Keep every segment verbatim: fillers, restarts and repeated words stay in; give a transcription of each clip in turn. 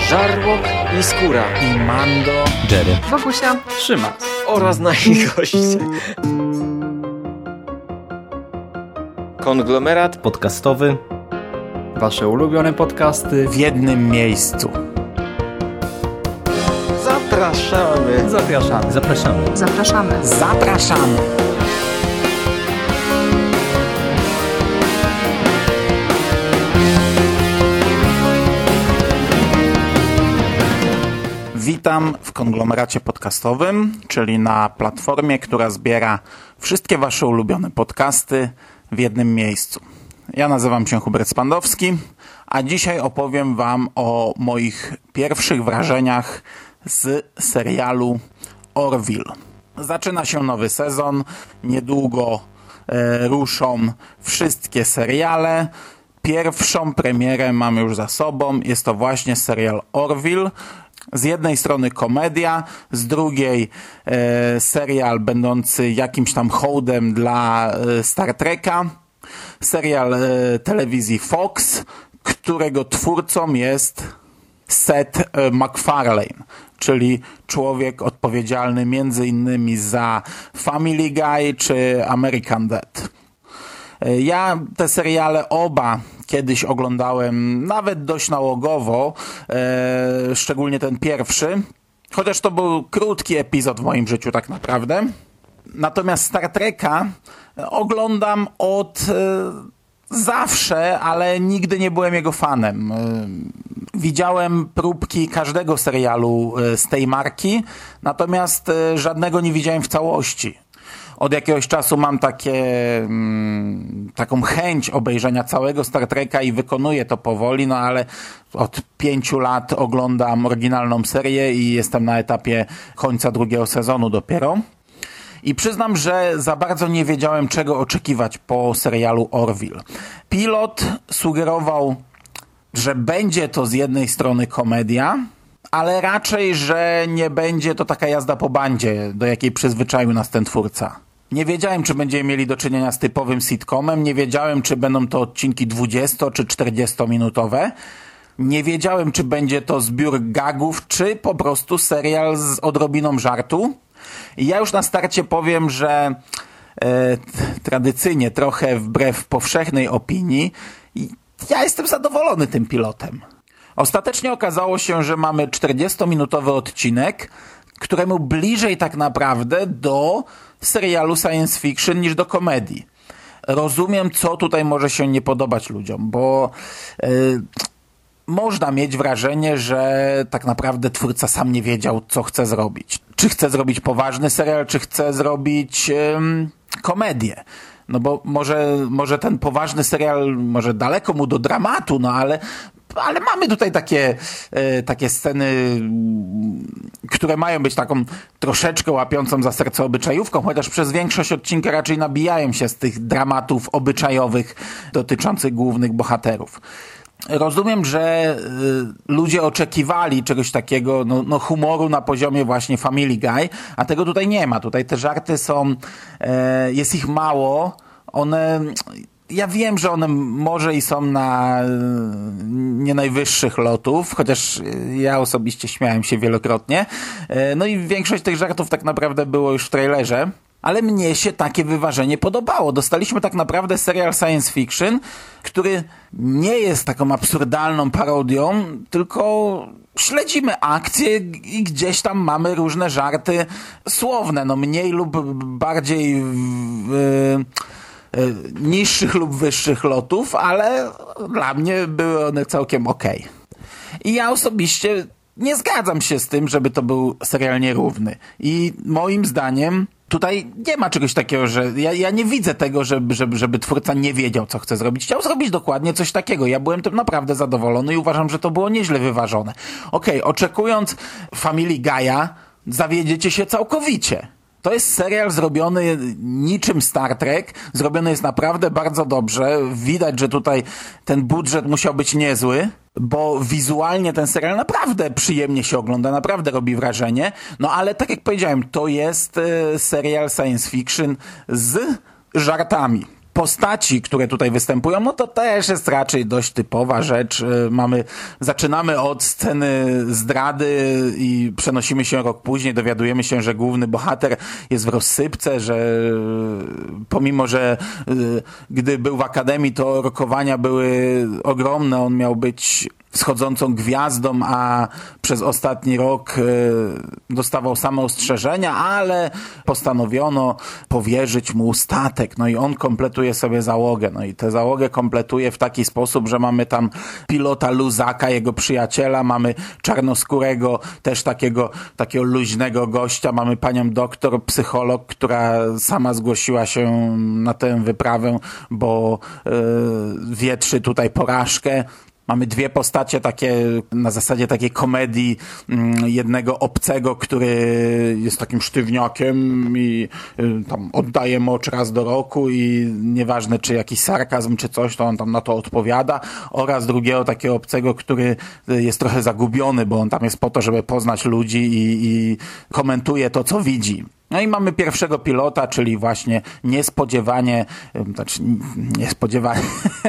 Żarłok i Skóra i Mando, Jerry, Wokusia, Szymas oraz nasi goście. Konglomerat podcastowy. Wasze ulubione podcasty w jednym miejscu. Zapraszamy. Zapraszamy. Zapraszamy. zapraszamy. Zapraszamy. Witam w konglomeracie podcastowym, czyli na platformie, która zbiera wszystkie wasze ulubione podcasty w jednym miejscu. Ja nazywam się Hubert Spandowski, a dzisiaj opowiem wam o moich pierwszych wrażeniach z serialu Orville. Zaczyna się nowy sezon, niedługo e, ruszą wszystkie seriale. Pierwszą premierę mam już za sobą, jest to właśnie serial Orville. Z jednej strony komedia, z drugiej e, serial będący jakimś tam hołdem dla e, Star Treka. Serial e, telewizji Fox, którego twórcą jest Seth e, MacFarlane, czyli człowiek odpowiedzialny między innymi za Family Guy czy American Dad. E, ja te seriale oba kiedyś oglądałem nawet dość nałogowo, e, szczególnie ten pierwszy, chociaż to był krótki epizod w moim życiu tak naprawdę. Natomiast Star Treka oglądam od e, zawsze, ale nigdy nie byłem jego fanem. E, widziałem próbki każdego serialu e, z tej marki, natomiast e, żadnego nie widziałem w całości. Od jakiegoś czasu mam takie, mm, taką chęć obejrzenia całego Star Treka i wykonuję to powoli, no ale od pięciu lat oglądam oryginalną serię i jestem na etapie końca drugiego sezonu dopiero. I przyznam, że za bardzo nie wiedziałem, czego oczekiwać po serialu Orville. Pilot sugerował, że będzie to z jednej strony komedia, ale raczej, że nie będzie to taka jazda po bandzie, do jakiej przyzwyczaił nas ten twórca. Nie wiedziałem, czy będziemy mieli do czynienia z typowym sitcomem, nie wiedziałem, czy będą to odcinki dwudziesto- czy czterdziestominutowe. Nie wiedziałem, czy będzie to zbiór gagów, czy po prostu serial z odrobiną żartu. I ja już na starcie powiem, że e, tradycyjnie, trochę wbrew powszechnej opinii, ja jestem zadowolony tym pilotem. Ostatecznie okazało się, że mamy czterdziestominutowy odcinek, któremu bliżej tak naprawdę do serialu science fiction niż do komedii. Rozumiem, co tutaj może się nie podobać ludziom, bo yy, można mieć wrażenie, że tak naprawdę twórca sam nie wiedział, co chce zrobić. Czy chce zrobić poważny serial, czy chce zrobić yy, komedię. No bo może, może ten poważny serial, może daleko mu do dramatu, no ale ale mamy tutaj takie, e, takie sceny, które mają być taką troszeczkę łapiącą za serce obyczajówką, chociaż przez większość odcinka raczej nabijają się z tych dramatów obyczajowych dotyczących głównych bohaterów. Rozumiem, że y, ludzie oczekiwali czegoś takiego, no, no humoru na poziomie właśnie Family Guy, a tego tutaj nie ma. Tutaj te żarty są, e, jest ich mało, one... Ja wiem, że one może i są na nie najwyższych lotów, chociaż ja osobiście śmiałem się wielokrotnie. No i większość tych żartów tak naprawdę było już w trailerze, ale mnie się takie wyważenie podobało. Dostaliśmy tak naprawdę serial science fiction, który nie jest taką absurdalną parodią, tylko śledzimy akcję i gdzieś tam mamy różne żarty słowne, no mniej lub bardziej... Yy, niższych lub wyższych lotów, ale dla mnie były one całkiem okej. I ja osobiście nie zgadzam się z tym, żeby to był serial nierówny. I moim zdaniem tutaj nie ma czegoś takiego, że ja, ja nie widzę tego, żeby, żeby, żeby twórca nie wiedział, co chce zrobić. Chciał zrobić dokładnie coś takiego. Ja byłem tym naprawdę zadowolony i uważam, że to było nieźle wyważone. Okej, okay, oczekując Family Guy'a, zawiedziecie się całkowicie. To jest serial zrobiony niczym Star Trek, zrobiony jest naprawdę bardzo dobrze. Widać, że tutaj ten budżet musiał być niezły, bo wizualnie ten serial naprawdę przyjemnie się ogląda, naprawdę robi wrażenie. No ale tak jak powiedziałem, to jest serial science fiction z żartami. postaci, które tutaj występują, no to też jest raczej dość typowa rzecz. Mamy, zaczynamy od sceny zdrady i przenosimy się rok później, dowiadujemy się, że główny bohater jest w rozsypce, że pomimo, że gdy był w akademii, to rokowania były ogromne, on miał być wschodzącą gwiazdą, a przez ostatni rok dostawał same ostrzeżenia, ale postanowiono powierzyć mu statek. No i on kompletuje sobie załogę. No i tę załogę kompletuje w taki sposób, że mamy tam pilota Luzaka, jego przyjaciela, mamy czarnoskórego, też takiego, takiego luźnego gościa, mamy panią doktor, psycholog, która sama zgłosiła się na tę wyprawę, bo yy, wietrzy tutaj porażkę. Mamy dwie postacie takie na zasadzie takiej komedii jednego obcego, który jest takim sztywniakiem i tam oddaje mocz raz do roku i nieważne czy jakiś sarkazm czy coś, to on tam na to odpowiada, oraz drugiego takiego obcego, który jest trochę zagubiony, bo on tam jest po to, żeby poznać ludzi i, i komentuje to, co widzi. No i mamy pierwszego pilota, czyli właśnie niespodziewanie, znaczy niespodziewanie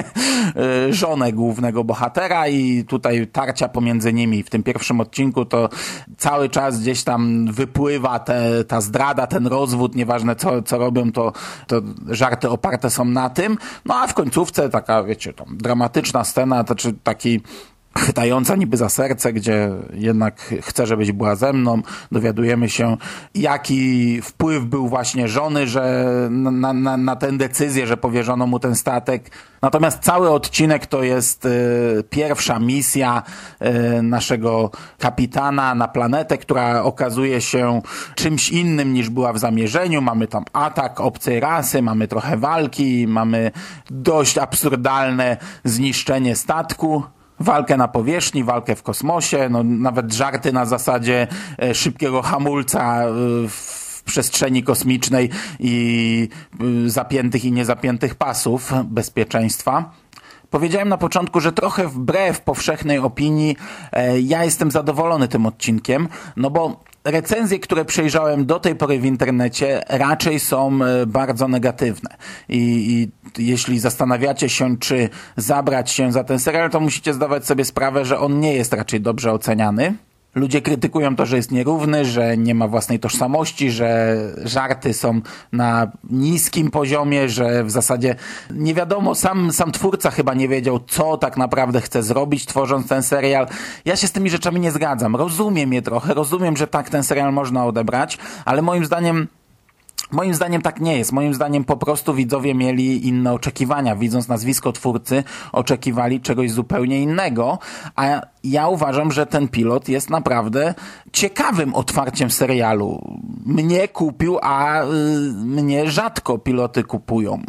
żonę głównego bohatera i tutaj tarcia pomiędzy nimi. W tym pierwszym odcinku to cały czas gdzieś tam wypływa te, ta zdrada, ten rozwód, nieważne co, co robią, to, to żarty oparte są na tym. No a w końcówce taka, wiecie, tam dramatyczna scena, to czy taki chwytająca niby za serce, gdzie jednak chce, żebyś była ze mną. Dowiadujemy się, jaki wpływ był właśnie żony, że na, na, na tę decyzję, że powierzono mu ten statek. Natomiast cały odcinek to jest y, pierwsza misja y, naszego kapitana na planetę, która okazuje się czymś innym niż była w zamierzeniu. Mamy tam atak obcej rasy, mamy trochę walki, mamy dość absurdalne zniszczenie statku. Walkę na powierzchni, walkę w kosmosie, no nawet żarty na zasadzie e, szybkiego hamulca e, w przestrzeni kosmicznej i e, zapiętych i niezapiętych pasów bezpieczeństwa. Powiedziałem na początku, że trochę wbrew powszechnej opinii e, ja jestem zadowolony tym odcinkiem, no bo recenzje, które przejrzałem do tej pory w internecie, raczej są bardzo negatywne. I, i jeśli zastanawiacie się, czy zabrać się za ten serial, to musicie zdawać sobie sprawę, że on nie jest raczej dobrze oceniany. Ludzie krytykują to, że jest nierówny, że nie ma własnej tożsamości, że żarty są na niskim poziomie, że w zasadzie nie wiadomo, sam, sam twórca chyba nie wiedział, co tak naprawdę chce zrobić, tworząc ten serial. Ja się z tymi rzeczami nie zgadzam. Rozumiem je trochę, rozumiem, że tak ten serial można odebrać, ale moim zdaniem Moim zdaniem tak nie jest. Moim zdaniem po prostu widzowie mieli inne oczekiwania. Widząc nazwisko twórcy, oczekiwali czegoś zupełnie innego, a ja uważam, że ten pilot jest naprawdę ciekawym otwarciem serialu. Mnie kupił, a y, mnie rzadko piloty kupują.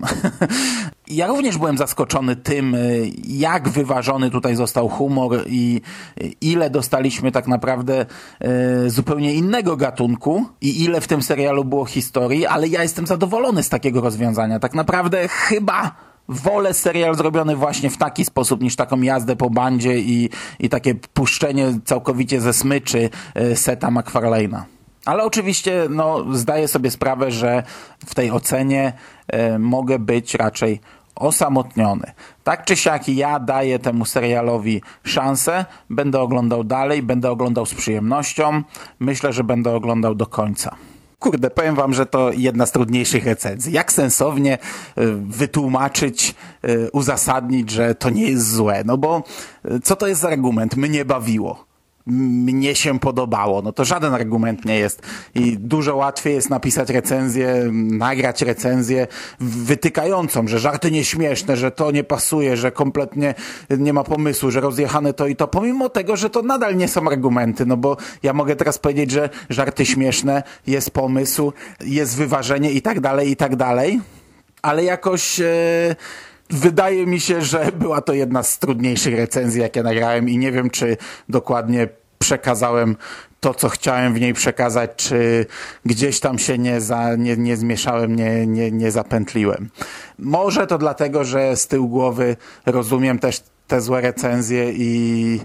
Ja również byłem zaskoczony tym, jak wyważony tutaj został humor i ile dostaliśmy tak naprawdę y, zupełnie innego gatunku i ile w tym serialu było historii, ale ja jestem zadowolony z takiego rozwiązania. Tak naprawdę chyba wolę serial zrobiony właśnie w taki sposób, niż taką jazdę po bandzie i, i takie puszczenie całkowicie ze smyczy y, Seta MacFarlane'a. Ale oczywiście no, zdaję sobie sprawę, że w tej ocenie y, mogę być raczej osamotniony. Tak czy siak ja daję temu serialowi szansę, będę oglądał dalej, będę oglądał z przyjemnością, myślę, że będę oglądał do końca. Kurde, powiem wam, że to jedna z trudniejszych recenzji. Jak sensownie y, wytłumaczyć, y, uzasadnić, że to nie jest złe? No bo y, co to jest za argument? Mnie bawiło. Mnie się podobało. No to żaden argument nie jest. I dużo łatwiej jest napisać recenzję, nagrać recenzję wytykającą, że żarty nieśmieszne, że to nie pasuje, że kompletnie nie ma pomysłu, że rozjechane to i to, pomimo tego, że to nadal nie są argumenty, no bo ja mogę teraz powiedzieć, że żarty śmieszne, jest pomysł, jest wyważenie i tak dalej, i tak dalej, ale jakoś... E... Wydaje mi się, że była to jedna z trudniejszych recenzji, jakie nagrałem i nie wiem, czy dokładnie przekazałem to, co chciałem w niej przekazać, czy gdzieś tam się nie, za, nie, nie zmieszałem, nie, nie, nie zapętliłem. Może to dlatego, że z tyłu głowy rozumiem też te złe recenzje i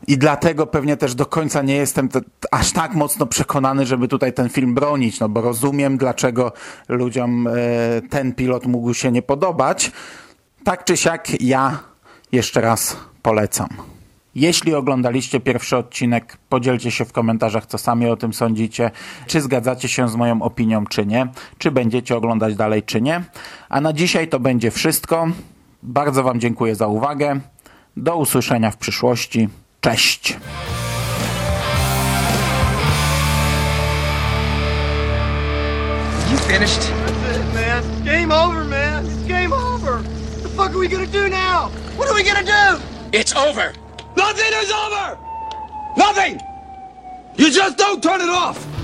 I dlatego pewnie też do końca nie jestem te, aż tak mocno przekonany, żeby tutaj ten film bronić, no bo rozumiem, dlaczego ludziom e, ten pilot mógł się nie podobać. Tak czy siak ja jeszcze raz polecam. Jeśli oglądaliście pierwszy odcinek, podzielcie się w komentarzach, co sami o tym sądzicie, czy zgadzacie się z moją opinią, czy nie, czy będziecie oglądać dalej, czy nie. A na dzisiaj to będzie wszystko. Bardzo wam dziękuję za uwagę. Do usłyszenia w przyszłości. Cześć! You finished? That's it, man. It's game over, man. It's game over. What the fuck are we gonna do now? What are we gonna do? It's over! Nothing is over! Nothing! You just don't turn it off!